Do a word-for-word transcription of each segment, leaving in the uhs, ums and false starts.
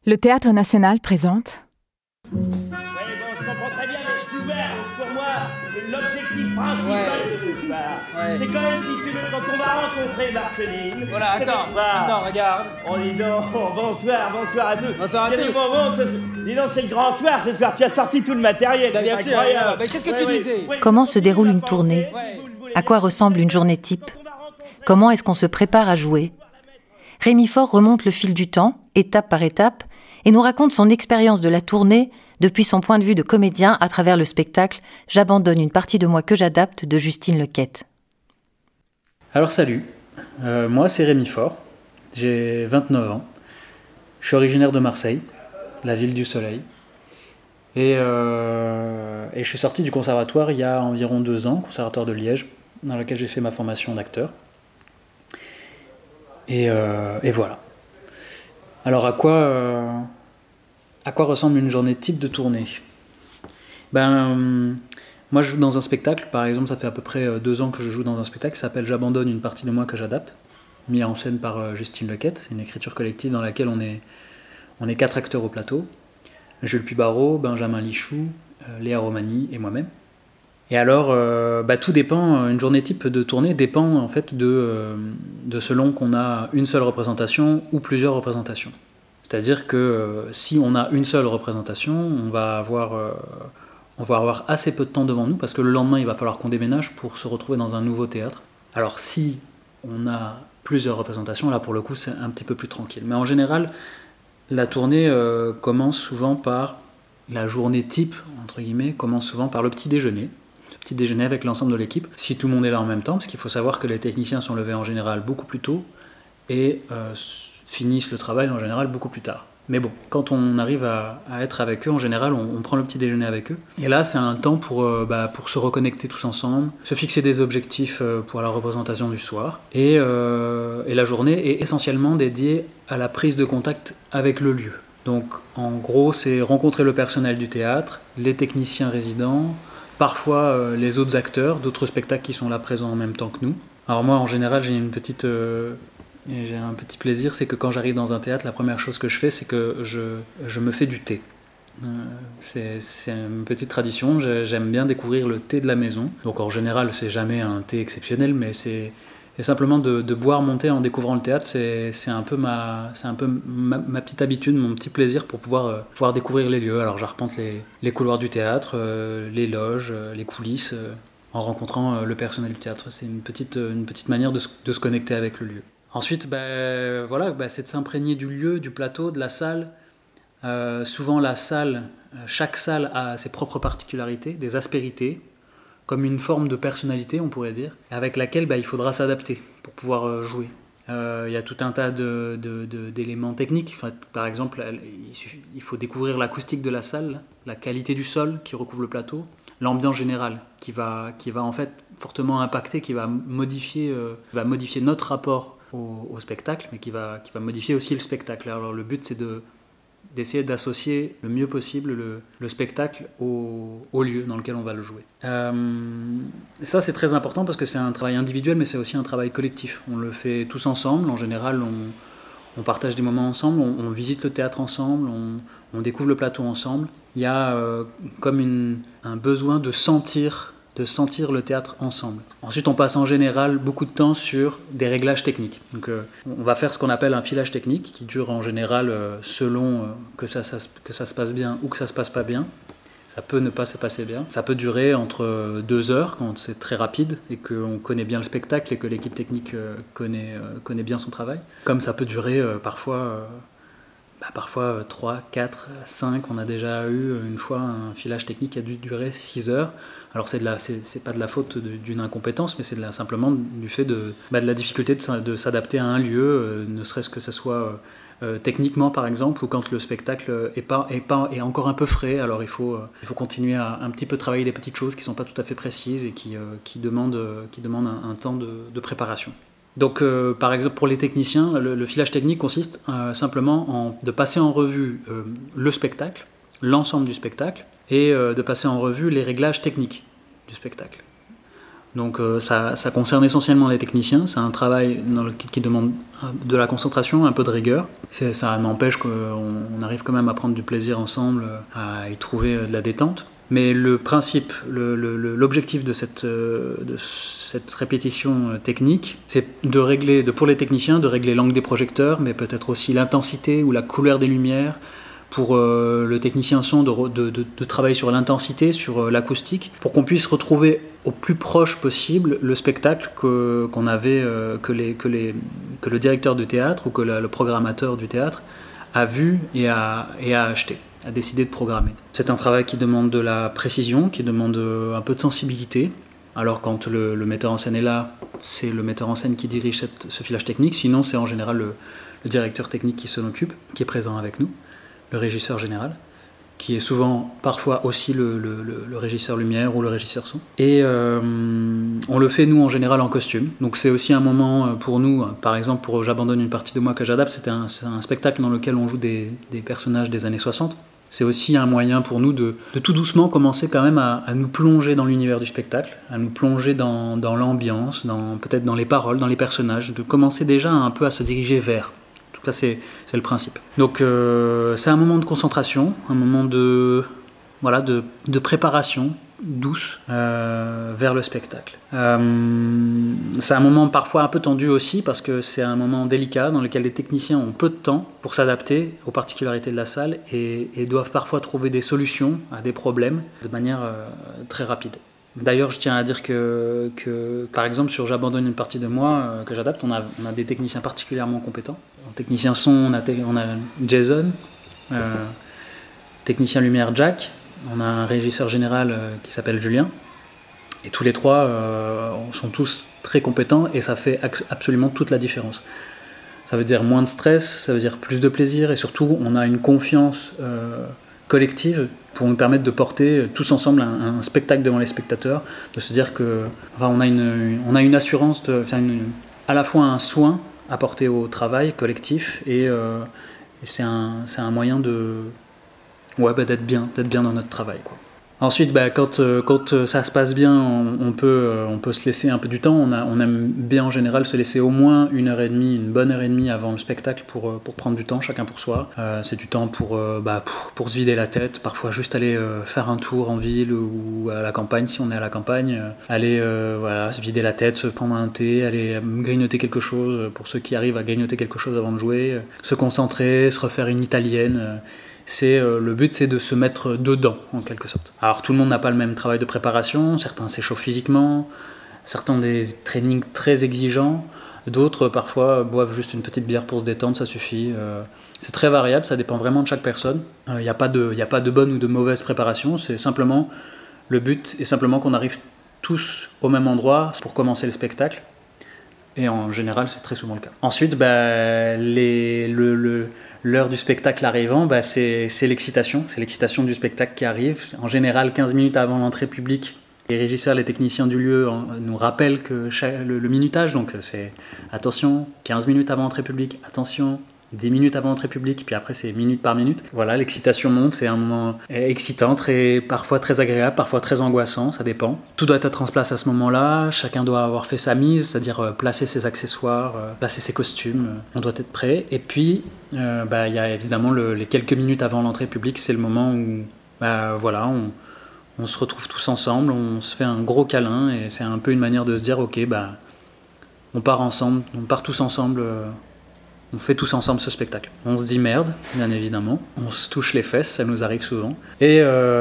Le Théâtre National présente... Oui, bon, je comprends très bien, mais tu verras, pour moi, l'objectif principal Ouais. de ce soir, Ouais. c'est quand même, si tu veux, quand on va rencontrer Marceline... Voilà, c'est attends, de voir- attends, regarde. Oh, dis donc, bonsoir, bonsoir à tous. Bonsoir à Il y a du tous. bon monde, ce- dis donc, c'est le grand soir ce soir, tu as sorti tout le matériel, Bah, c'est bien sûr, incroyable. mais qu'est-ce que Ouais, tu ouais. disais Ouais, Comment je se déroule continue une à tournée ? penser, si vous le voulez À quoi bien, ressemble une journée type ? quand on va rencontrer- Comment est-ce qu'on se prépare à jouer ? Rémi Faure remonte le fil du temps, étape par étape, et nous raconte son expérience de la tournée depuis son point de vue de comédien à travers le spectacle « J'abandonne une partie de moi que j'adapte » de Justine Lequette. Alors salut, Euh, moi c'est Rémi Faure, j'ai vingt-neuf ans, je suis originaire de Marseille, la ville du soleil, et, euh, et je suis sorti du conservatoire il y a environ deux ans, conservatoire de Liège, dans lequel j'ai fait ma formation d'acteur. Et, euh, et voilà. Alors à quoi, euh, à quoi ressemble une journée type de tournée ? Ben, euh, moi je joue dans un spectacle, par exemple ça fait à peu près euh, deux ans que je joue dans un spectacle qui s'appelle « J'abandonne une partie de moi que j'adapte », mis en scène par euh, Justine Lequette. C'est une écriture collective dans laquelle on est, on est quatre acteurs au plateau. Jules Puybarreau, Benjamin Lichou, euh, Léa Romani et moi-même. Et alors, euh, bah, tout dépend, une journée type de tournée dépend en fait de, euh, de selon qu'on a une seule représentation ou plusieurs représentations. C'est-à-dire que euh, si on a une seule représentation, on va avoir, euh, on va avoir assez peu de temps devant nous parce que le lendemain, il va falloir qu'on déménage pour se retrouver dans un nouveau théâtre. Alors si on a plusieurs représentations, là pour le coup, c'est un petit peu plus tranquille. Mais en général, la tournée euh, commence souvent par, la journée type, entre guillemets, commence souvent par le petit déjeuner. Petit déjeuner avec l'ensemble de l'équipe, si tout le monde est là en même temps, parce qu'il faut savoir que les techniciens sont levés en général beaucoup plus tôt et euh, finissent le travail en général beaucoup plus tard. Mais bon, quand on arrive à, à être avec eux, en général, on, on prend le petit déjeuner avec eux. Et là, c'est un temps pour, euh, bah, pour se reconnecter tous ensemble, se fixer des objectifs euh, pour la représentation du soir. Et, euh, et la journée est essentiellement dédiée à la prise de contact avec le lieu. Donc, en gros, c'est rencontrer le personnel du théâtre, les techniciens résidents, parfois euh, les autres acteurs, d'autres spectacles qui sont là présents en même temps que nous. Alors moi, en général, j'ai une petite, euh, j'ai un petit plaisir, c'est que quand j'arrive dans un théâtre, la première chose que je fais, c'est que je, je me fais du thé. Euh, c'est, c'est une petite tradition, j'aime bien découvrir le thé de la maison. Donc en général, c'est jamais un thé exceptionnel, mais c'est, c'est simplement de, de boire mon thé en découvrant le théâtre, c'est, c'est un peu, ma, c'est un peu ma, ma petite habitude, mon petit plaisir pour pouvoir, euh, pouvoir découvrir les lieux. Alors j'arpente les, les couloirs du théâtre, euh, les loges, euh, les coulisses, euh, en rencontrant euh, le personnel du théâtre. C'est une petite, une petite manière de se, de se connecter avec le lieu. Ensuite, bah, voilà, bah, c'est de s'imprégner du lieu, du plateau, de la salle. Euh, souvent la salle, chaque salle a ses propres particularités, des aspérités, comme une forme de personnalité, on pourrait dire, avec laquelle bah, il faudra s'adapter pour pouvoir euh, jouer. Euh, il y a tout un tas de, de, de, d'éléments techniques. Enfin, par exemple, il, suffit, il faut découvrir l'acoustique de la salle, la qualité du sol qui recouvre le plateau, l'ambiance générale qui va, qui va en fait fortement impacter, qui va modifier, euh, va modifier notre rapport au, au spectacle, mais qui va, qui va modifier aussi le spectacle. Alors le but, c'est de d'essayer d'associer le mieux possible le, le spectacle au, au lieu dans lequel on va le jouer. Euh, ça, c'est très important parce que c'est un travail individuel, mais c'est aussi un travail collectif. On le fait tous ensemble. En général, on, on partage des moments ensemble, on, on visite le théâtre ensemble, on, on découvre le plateau ensemble. Il y a euh, comme une, un besoin de sentir, de sentir le théâtre ensemble. Ensuite, on passe en général beaucoup de temps sur des réglages techniques. Donc, euh, on va faire ce qu'on appelle un filage technique qui dure en général euh, selon euh, que, ça, ça, que ça se passe bien ou que ça se passe pas bien. Ça peut ne pas se passer bien. Ça peut durer entre deux heures quand c'est très rapide et qu'on connaît bien le spectacle et que l'équipe technique euh, connaît, euh, connaît bien son travail. Comme ça peut durer euh, parfois, euh, bah, parfois trois, quatre, cinq. On a déjà eu une fois un filage technique qui a dû durer six heures. Alors c'est, de la, c'est, c'est pas de la faute de, d'une incompétence, mais c'est de la, simplement du fait de, bah, de la difficulté de, de s'adapter à un lieu, euh, ne serait-ce que ce soit euh, techniquement par exemple, ou quand le spectacle est, pas, est, pas, est encore un peu frais, alors il faut, euh, il faut continuer à un petit peu travailler des petites choses qui sont pas tout à fait précises et qui, euh, qui demandent, euh, qui demandent un, un temps de, de préparation. Donc euh, par exemple pour les techniciens, le, le filage technique consiste euh, simplement en, de passer en revue euh, le spectacle, l'ensemble du spectacle, et euh, de passer en revue les réglages techniques du spectacle. Donc euh, ça, ça concerne essentiellement les techniciens, c'est un travail dans le, qui demande de la concentration, un peu de rigueur. C'est, ça n'empêche qu'on on arrive quand même à prendre du plaisir ensemble, à y trouver de la détente. Mais le principe, le, le, l'objectif de cette, de cette répétition technique, c'est de régler, de, pour les techniciens, de régler l'angle des projecteurs, mais peut-être aussi l'intensité ou la couleur des lumières. Pour euh, le technicien son, de, de, de, de travailler sur l'intensité, sur euh, l'acoustique, pour qu'on puisse retrouver au plus proche possible le spectacle que, qu'on avait, euh, que, les, que, les, que le directeur du théâtre ou que la, le programmateur du théâtre a vu et a, et a acheté, a décidé de programmer. C'est un travail qui demande de la précision, qui demande un peu de sensibilité. Alors quand le, le metteur en scène est là, c'est le metteur en scène qui dirige cette, ce filage technique, sinon c'est en général le, le directeur technique qui s'en occupe, qui est présent avec nous. Le régisseur général, qui est souvent, parfois aussi le, le, le régisseur lumière ou le régisseur son. Et euh, on le fait, nous, en général, en costume. Donc c'est aussi un moment pour nous, par exemple, pour J'abandonne une partie de moi que j'adapte, c'était un, c'est un spectacle dans lequel on joue des, des personnages des années soixante. C'est aussi un moyen pour nous de, de tout doucement commencer quand même à, à nous plonger dans l'univers du spectacle, à nous plonger dans, dans l'ambiance, dans, peut-être dans les paroles, dans les personnages, de commencer déjà un peu à se diriger vers. En tout cas, c'est, c'est le principe. Donc, euh, c'est un moment de concentration, un moment de, voilà, de, de préparation douce euh, vers le spectacle. Euh, c'est un moment parfois un peu tendu aussi, parce que c'est un moment délicat dans lequel les techniciens ont peu de temps pour s'adapter aux particularités de la salle et, et doivent parfois trouver des solutions à des problèmes de manière euh, très rapide. D'ailleurs, je tiens à dire que, que, par exemple, sur J'abandonne une partie de moi euh, que j'adapte, on a, on a des techniciens particulièrement compétents. En technicien son, on a, on a Jason, euh, technicien lumière Jack, on a un régisseur général euh, qui s'appelle Julien. Et tous les trois euh, sont tous très compétents et ça fait absolument toute la différence. Ça veut dire moins de stress, ça veut dire plus de plaisir et surtout, on a une confiance euh, collective pour nous permettre de porter tous ensemble un, un spectacle devant les spectateurs, de se dire que, enfin, on a une, on a une assurance, de, enfin une, à la fois un soin apporté au travail collectif et, euh, et c'est, un, c'est un moyen de, ouais, bah, d'être bien, d'être bien dans notre travail, quoi. Ensuite, bah, quand, euh, quand ça se passe bien, on, on, peut, euh, on peut se laisser un peu du temps. On, a, on aime bien en général se laisser au moins une heure et demie, une bonne heure et demie avant le spectacle pour, pour prendre du temps, chacun pour soi. Euh, c'est du temps pour, euh, bah, pour, pour se vider la tête, parfois juste aller euh, faire un tour en ville ou à la campagne si on est à la campagne. Euh, aller euh, voilà, se vider la tête, se prendre un thé, aller grignoter quelque chose pour ceux qui arrivent à grignoter quelque chose avant de jouer, euh, se concentrer, se refaire une italienne. Euh, C'est, euh, le but, c'est de se mettre dedans, en quelque sorte. Alors, tout le monde n'a pas le même travail de préparation. Certains s'échauffent physiquement, certains ont des trainings très exigeants, d'autres, parfois, boivent juste une petite bière pour se détendre, ça suffit. Euh, c'est très variable, ça dépend vraiment de chaque personne. Il euh, n'y a pas de, y a pas de bonne ou de mauvaise préparation, c'est simplement, le but est simplement qu'on arrive tous au même endroit pour commencer le spectacle. Et en général, c'est très souvent le cas. Ensuite, bah, les, le... le l'heure du spectacle arrivant, bah c'est, c'est l'excitation, c'est l'excitation du spectacle qui arrive. En général, quinze minutes avant l'entrée publique, les régisseurs, les techniciens du lieu nous rappellent que chaque, le, le minutage, donc c'est attention, quinze minutes avant l'entrée publique, attention, dix minutes avant l'entrée publique, puis après c'est minute par minute. Voilà, l'excitation monte, c'est un moment excitant, très, parfois très agréable, parfois très angoissant, ça dépend. Tout doit être en place à ce moment-là, chacun doit avoir fait sa mise, c'est-à-dire placer ses accessoires, placer ses costumes, on doit être prêt. Et puis, euh, bah, y a évidemment le, les quelques minutes avant l'entrée publique, c'est le moment où bah, voilà, on, on se retrouve tous ensemble, on se fait un gros câlin, et c'est un peu une manière de se dire, ok, bah, on part ensemble, on part tous ensemble, euh, on fait tous ensemble ce spectacle. On se dit merde, bien évidemment. On se touche les fesses, ça nous arrive souvent. Et,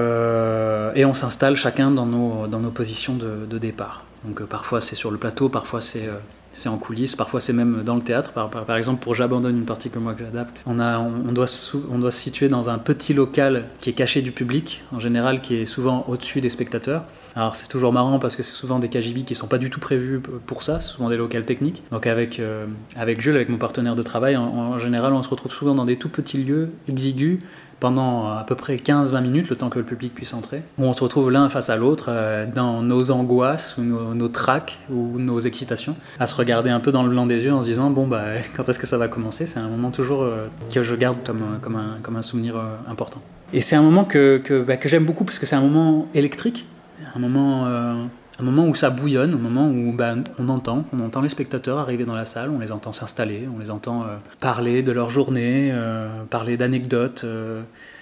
euh, et on s'installe chacun dans nos, dans nos positions de, de départ. Donc euh, parfois c'est sur le plateau, parfois c'est, euh, c'est en coulisses, parfois c'est même dans le théâtre. Par, par, par exemple, pour J'abandonne une partie que moi que j'adapte, on, a, on, on, doit sou, on doit se situer dans un petit local qui est caché du public, en général qui est souvent au-dessus des spectateurs. Alors c'est toujours marrant parce que c'est souvent des K J B qui ne sont pas du tout prévus pour ça, c'est souvent des locales techniques. Donc avec, euh, avec Jules, avec mon partenaire de travail, en, en général on se retrouve souvent dans des tout petits lieux exigus pendant à peu près quinze à vingt minutes, le temps que le public puisse entrer, où on se retrouve l'un face à l'autre euh, dans nos angoisses, ou nos, nos tracs, ou nos excitations, à se regarder un peu dans le blanc des yeux en se disant bon bah quand est-ce que ça va commencer. C'est un moment toujours euh, que je garde comme, comme, un, comme un souvenir euh, important. Et c'est un moment que, que, bah, que j'aime beaucoup parce que c'est un moment électrique, un moment euh, un moment où ça bouillonne, un moment où ben, on entend, on entend les spectateurs arriver dans la salle, on les entend s'installer, on les entend euh, parler de leur journée, euh, parler d'anecdotes. Euh,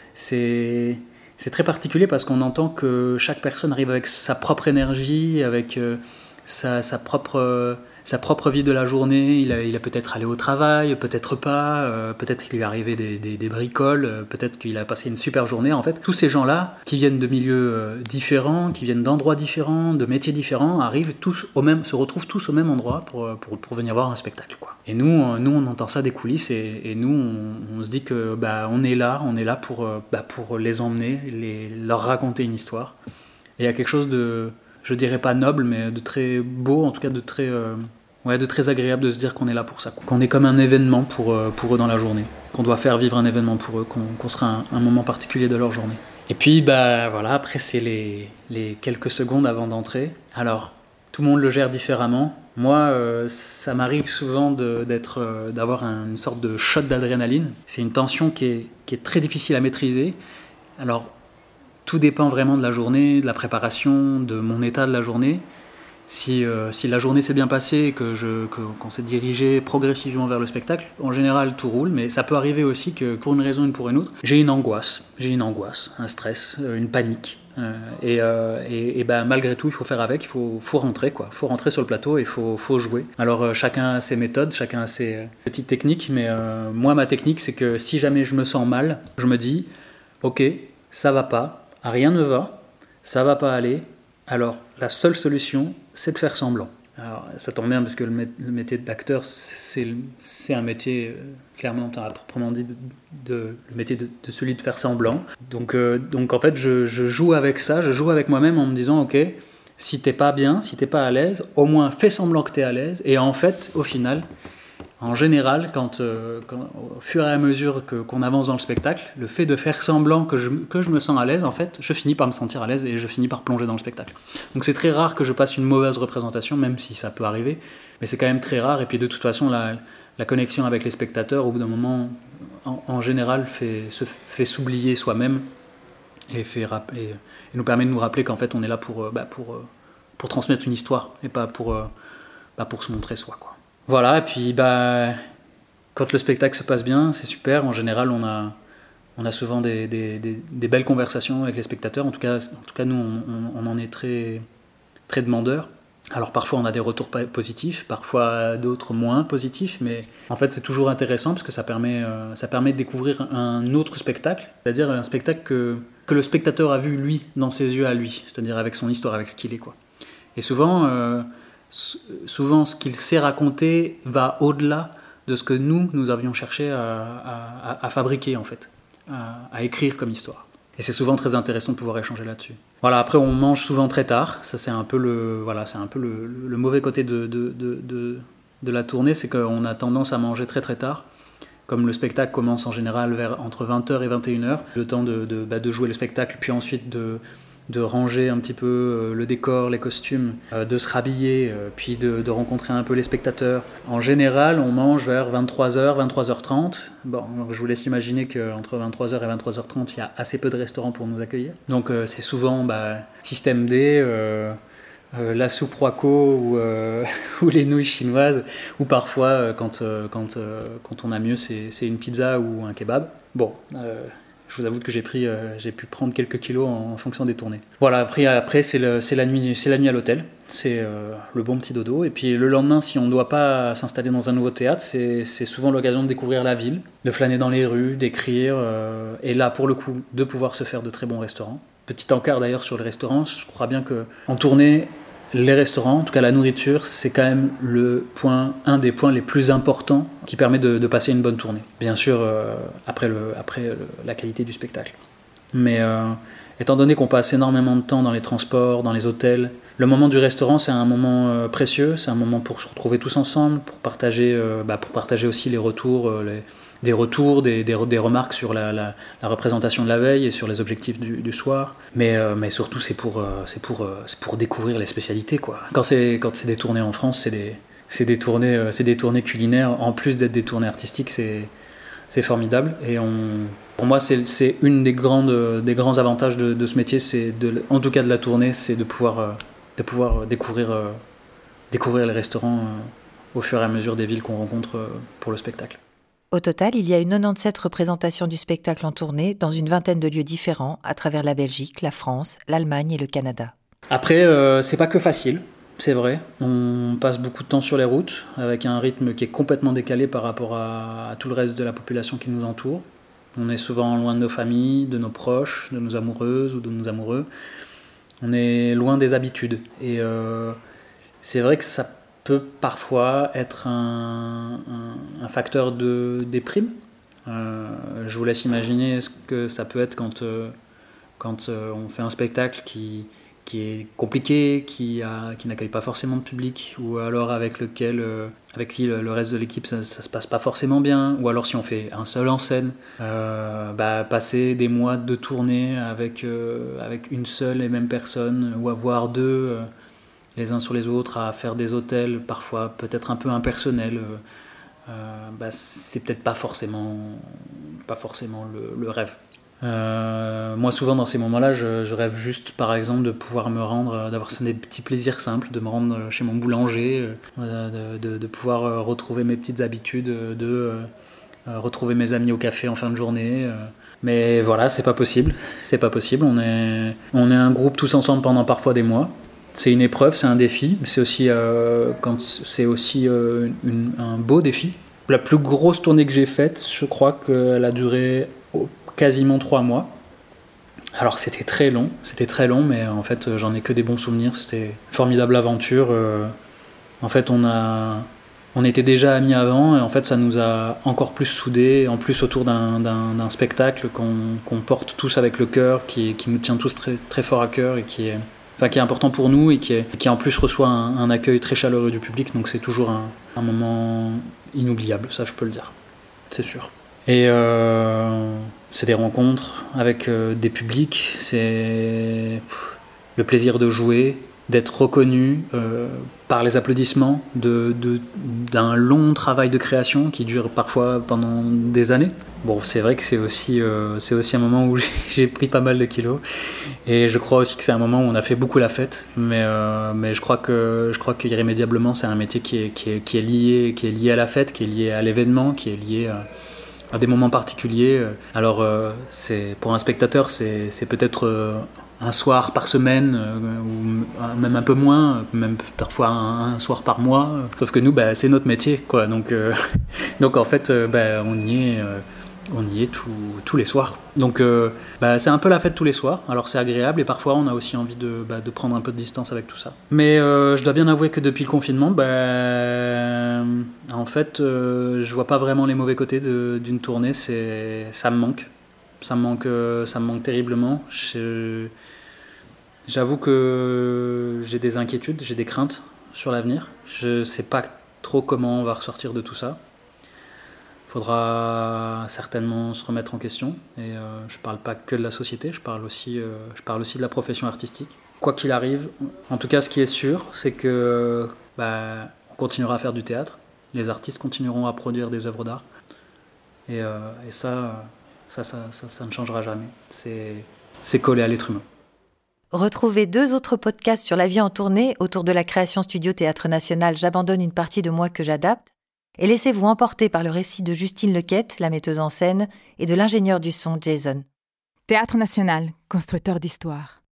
c'est, c'est très particulier parce qu'on entend que chaque personne arrive avec sa propre énergie, avec euh, sa, sa propre... Euh, sa propre vie de la journée, il a, il a peut-être allé au travail, peut-être pas, euh, peut-être qu'il lui est arrivé des, des, des bricoles, euh, peut-être qu'il a passé une super journée. En fait, tous ces gens-là, qui viennent de milieux euh, différents, qui viennent d'endroits différents, de métiers différents, arrivent tous au même, se retrouvent tous au même endroit pour, pour, pour venir voir un spectacle, quoi. Et nous, euh, nous, on entend ça des coulisses et, et nous, on, on se dit que bah, on est là, on est là pour, euh, bah, pour les emmener, les, leur raconter une histoire. Et il y a quelque chose de, je dirais pas noble, mais de très beau, en tout cas de très... Euh, Ouais, de très agréable de se dire qu'on est là pour ça, qu'on est comme un événement pour, euh, pour eux dans la journée, qu'on doit faire vivre un événement pour eux, qu'on, qu'on sera un, un moment particulier de leur journée. Et puis, bah voilà, après c'est les, les quelques secondes avant d'entrer. Alors, tout le monde le gère différemment. Moi, euh, ça m'arrive souvent de, d'être, euh, d'avoir un, une sorte de shot d'adrénaline. C'est une tension qui est, qui est très difficile à maîtriser. Alors, tout dépend vraiment de la journée, de la préparation, de mon état de la journée. Si, euh, si la journée s'est bien passée et que je, que, qu'on s'est dirigé progressivement vers le spectacle, en général tout roule, mais ça peut arriver aussi que pour une raison ou pour une autre, j'ai une angoisse, j'ai une angoisse, un stress, une panique. Euh, et, euh, et, et ben, malgré tout, il faut faire avec, il faut, faut rentrer, quoi. Faut rentrer sur le plateau et il faut, faut jouer. Alors euh, chacun a ses méthodes, chacun a ses euh, petites techniques, mais euh, moi ma technique c'est que si jamais je me sens mal, je me dis ok, ça va pas, rien ne va, ça va pas aller. Alors, la seule solution, c'est de faire semblant. Alors, ça tombe bien parce que le, mé- le métier d'acteur, c'est, c'est un métier, euh, clairement, à proprement dit, de, de, le métier de, de celui de faire semblant. Donc, euh, donc en fait, je, je joue avec ça, je joue avec moi-même en me disant, ok, si t'es pas bien, si t'es pas à l'aise, au moins fais semblant que t'es à l'aise. Et en fait, au final, en général, quand, euh, quand, au fur et à mesure que, qu'on avance dans le spectacle, le fait de faire semblant que je, que je me sens à l'aise, en fait, je finis par me sentir à l'aise et je finis par plonger dans le spectacle. Donc c'est très rare que je passe une mauvaise représentation, même si ça peut arriver, mais c'est quand même très rare. Et puis de toute façon, la, la connexion avec les spectateurs, au bout d'un moment, en, en général, fait, se fait s'oublier soi-même et, fait, et, et nous permet de nous rappeler qu'en fait, on est là pour, bah, pour, pour transmettre une histoire et pas pour, bah, pour se montrer soi, quoi. Voilà, et puis bah, quand le spectacle se passe bien, c'est super. En général, on a, on a souvent des, des, des, des belles conversations avec les spectateurs. En tout cas, en tout cas nous, on, on en est très, très demandeurs. Alors parfois, on a des retours positifs, parfois d'autres moins positifs, mais en fait, c'est toujours intéressant parce que ça permet, euh, ça permet de découvrir un autre spectacle, c'est-à-dire un spectacle que, que le spectateur a vu, lui, dans ses yeux à lui, c'est-à-dire avec son histoire, avec ce qu'il est, quoi. Et souvent... Euh, souvent ce qu'il sait raconter va au-delà de ce que nous, nous avions cherché à, à, à fabriquer en fait, à, à écrire comme histoire. Et c'est souvent très intéressant de pouvoir échanger là-dessus. Voilà, après on mange souvent très tard, ça c'est un peu le, voilà, c'est un peu le, le mauvais côté de, de, de, de, de la tournée, c'est qu'on a tendance à manger très très tard. Comme le spectacle commence en général vers, entre vingt heures et vingt et une heures, le temps de, de, bah, de jouer le spectacle, puis ensuite de... de ranger un petit peu euh, le décor, les costumes, euh, de se rhabiller, euh, puis de, de rencontrer un peu les spectateurs. En général, on mange vers vingt-trois heures, vingt-trois heures trente. Bon, donc je vous laisse imaginer qu'entre vingt-trois heures et vingt-trois heures trente, il y a assez peu de restaurants pour nous accueillir. Donc euh, c'est souvent bah, système D, euh, euh, la soupe Roico ou, euh, ou les nouilles chinoises, ou parfois, euh, quand, euh, quand, euh, quand on a mieux, c'est, c'est une pizza ou un kebab. Bon... Euh, Je vous avoue que j'ai, pris, euh, j'ai pu prendre quelques kilos en, en fonction des tournées. Voilà, après, après c'est, le, c'est, la nuit, c'est la nuit à l'hôtel, c'est euh, le bon petit dodo. Et puis le lendemain, si on ne doit pas s'installer dans un nouveau théâtre, c'est, c'est souvent l'occasion de découvrir la ville, de flâner dans les rues, d'écrire, euh, et là, pour le coup, de pouvoir se faire de très bons restaurants. Petit encart d'ailleurs sur les restaurants, je crois bien qu'en tournée, les restaurants, en tout cas la nourriture, c'est quand même le point, un des points les plus importants qui permet de, de passer une bonne tournée. Bien sûr, euh, après, le, après le, la qualité du spectacle. Mais euh, étant donné qu'on passe énormément de temps dans les transports, dans les hôtels, le moment du restaurant, c'est un moment euh, précieux, c'est un moment pour se retrouver tous ensemble, pour partager, euh, bah, pour partager aussi les retours, euh, les, des retours, des, des, des remarques sur la, la, la représentation de la veille et sur les objectifs du, du soir. Mais, euh, mais surtout, c'est pour, euh, c'est, pour, euh, c'est pour découvrir les spécialités, quoi. Quand c'est, quand c'est des tournées en France, c'est des, c'est des, tournées, euh, c'est des tournées culinaires. En plus d'être des tournées artistiques, c'est, c'est formidable. Et on, pour moi, c'est, c'est une des, grandes, des grands avantages de, de ce métier, c'est de, en tout cas de la tournée, c'est de pouvoir, euh, de pouvoir découvrir, euh, découvrir les restaurants euh, au fur et à mesure des villes qu'on rencontre euh, pour le spectacle. Au total, il y a eu quatre-vingt-dix-sept représentations du spectacle en tournée dans une vingtaine de lieux différents à travers la Belgique, la France, l'Allemagne et le Canada. Après, euh, c'est pas que facile, c'est vrai. On passe beaucoup de temps sur les routes avec un rythme qui est complètement décalé par rapport à, à tout le reste de la population qui nous entoure. On est souvent loin de nos familles, de nos proches, de nos amoureuses ou de nos amoureux. On est loin des habitudes. Et euh, c'est vrai que ça peut parfois être un, un, un facteur de déprime. Euh, je vous laisse imaginer ce que ça peut être quand, euh, quand euh, on fait un spectacle qui, qui est compliqué, qui, a, qui n'accueille pas forcément de public, ou alors avec lequel, euh, avec qui le, le reste de l'équipe ça, ça se passe pas forcément bien, ou alors si on fait un seul en scène, euh, bah, passer des mois de tournée avec, euh, avec une seule et même personne, ou avoir deux euh, les uns sur les autres, à faire des hôtels parfois peut-être un peu impersonnels, euh, bah, c'est peut-être pas forcément, pas forcément le, le rêve. Euh, moi souvent dans ces moments-là, je, je rêve juste par exemple de pouvoir me rendre, d'avoir fait des petits plaisirs simples, de me rendre chez mon boulanger, euh, de, de, de pouvoir retrouver mes petites habitudes, de euh, retrouver mes amis au café en fin de journée. Euh. Mais voilà, c'est pas possible, c'est pas possible. On est, on est un groupe tous ensemble pendant parfois des mois. C'est une épreuve, c'est un défi, c'est aussi, euh, quand c'est aussi euh, une, un beau défi. La plus grosse tournée que j'ai faite, je crois qu'elle a duré quasiment trois mois. Alors c'était très long, c'était très long, mais en fait j'en ai que des bons souvenirs. C'était une formidable aventure. En fait on a, on était déjà amis avant, et en fait ça nous a encore plus soudés, en plus autour d'un, d'un, d'un spectacle qu'on, qu'on porte tous avec le cœur, qui, qui nous tient tous très, très fort à cœur et qui est, enfin qui est important pour nous et qui, est, qui en plus reçoit un, un accueil très chaleureux du public. Donc c'est toujours un, un moment inoubliable, ça je peux le dire, c'est sûr. Et euh, c'est des rencontres avec euh, des publics, c'est pff, le plaisir de jouer, d'être reconnu euh, par les applaudissements, de, de, d'un long travail de création qui dure parfois pendant des années. Bon, c'est vrai que c'est aussi, euh, c'est aussi un moment où j'ai pris pas mal de kilos, et je crois aussi que c'est un moment où on a fait beaucoup la fête, mais, euh, mais je crois que je crois qu'irrémédiablement c'est un métier qui est, qui est, qui est lié, qui est lié à la fête, qui est lié à l'événement, qui est lié à, à des moments particuliers. Alors euh, c'est, pour un spectateur c'est, c'est peut-être euh, un soir par semaine, euh, ou même un peu moins, même parfois un, un soir par mois, sauf que nous bah, c'est notre métier quoi. Donc, euh, donc en fait euh, bah, on y est, euh, on y est tout, tous les soirs, donc euh, bah, c'est un peu la fête tous les soirs. Alors c'est agréable, et parfois on a aussi envie de, bah, de prendre un peu de distance avec tout ça, mais euh, je dois bien avouer que depuis le confinement bah, en fait euh, je vois pas vraiment les mauvais côtés de, d'une tournée. C'est, ça me manque ça me manque, ça me manque terriblement. Je, j'avoue que j'ai des inquiétudes, j'ai des craintes sur l'avenir. Je sais pas trop comment on va ressortir de tout ça. Il faudra certainement se remettre en question, et euh, je parle pas que de la société, je parle aussi, euh, je parle aussi de la profession artistique. Quoi qu'il arrive, en tout cas ce qui est sûr, c'est que bah, on continuera à faire du théâtre, les artistes continueront à produire des œuvres d'art, et, euh, et ça, ça, ça, ça, ça ne changera jamais. C'est, c'est collé à l'être humain. Retrouvez deux autres podcasts sur la vie en tournée autour de la création Studio Théâtre National J'abandonne une partie de moi que j'adapte, et laissez-vous emporter par le récit de Justine Lequette, la metteuse en scène, et de l'ingénieur du son Jason. Théâtre National, constructeur d'histoire.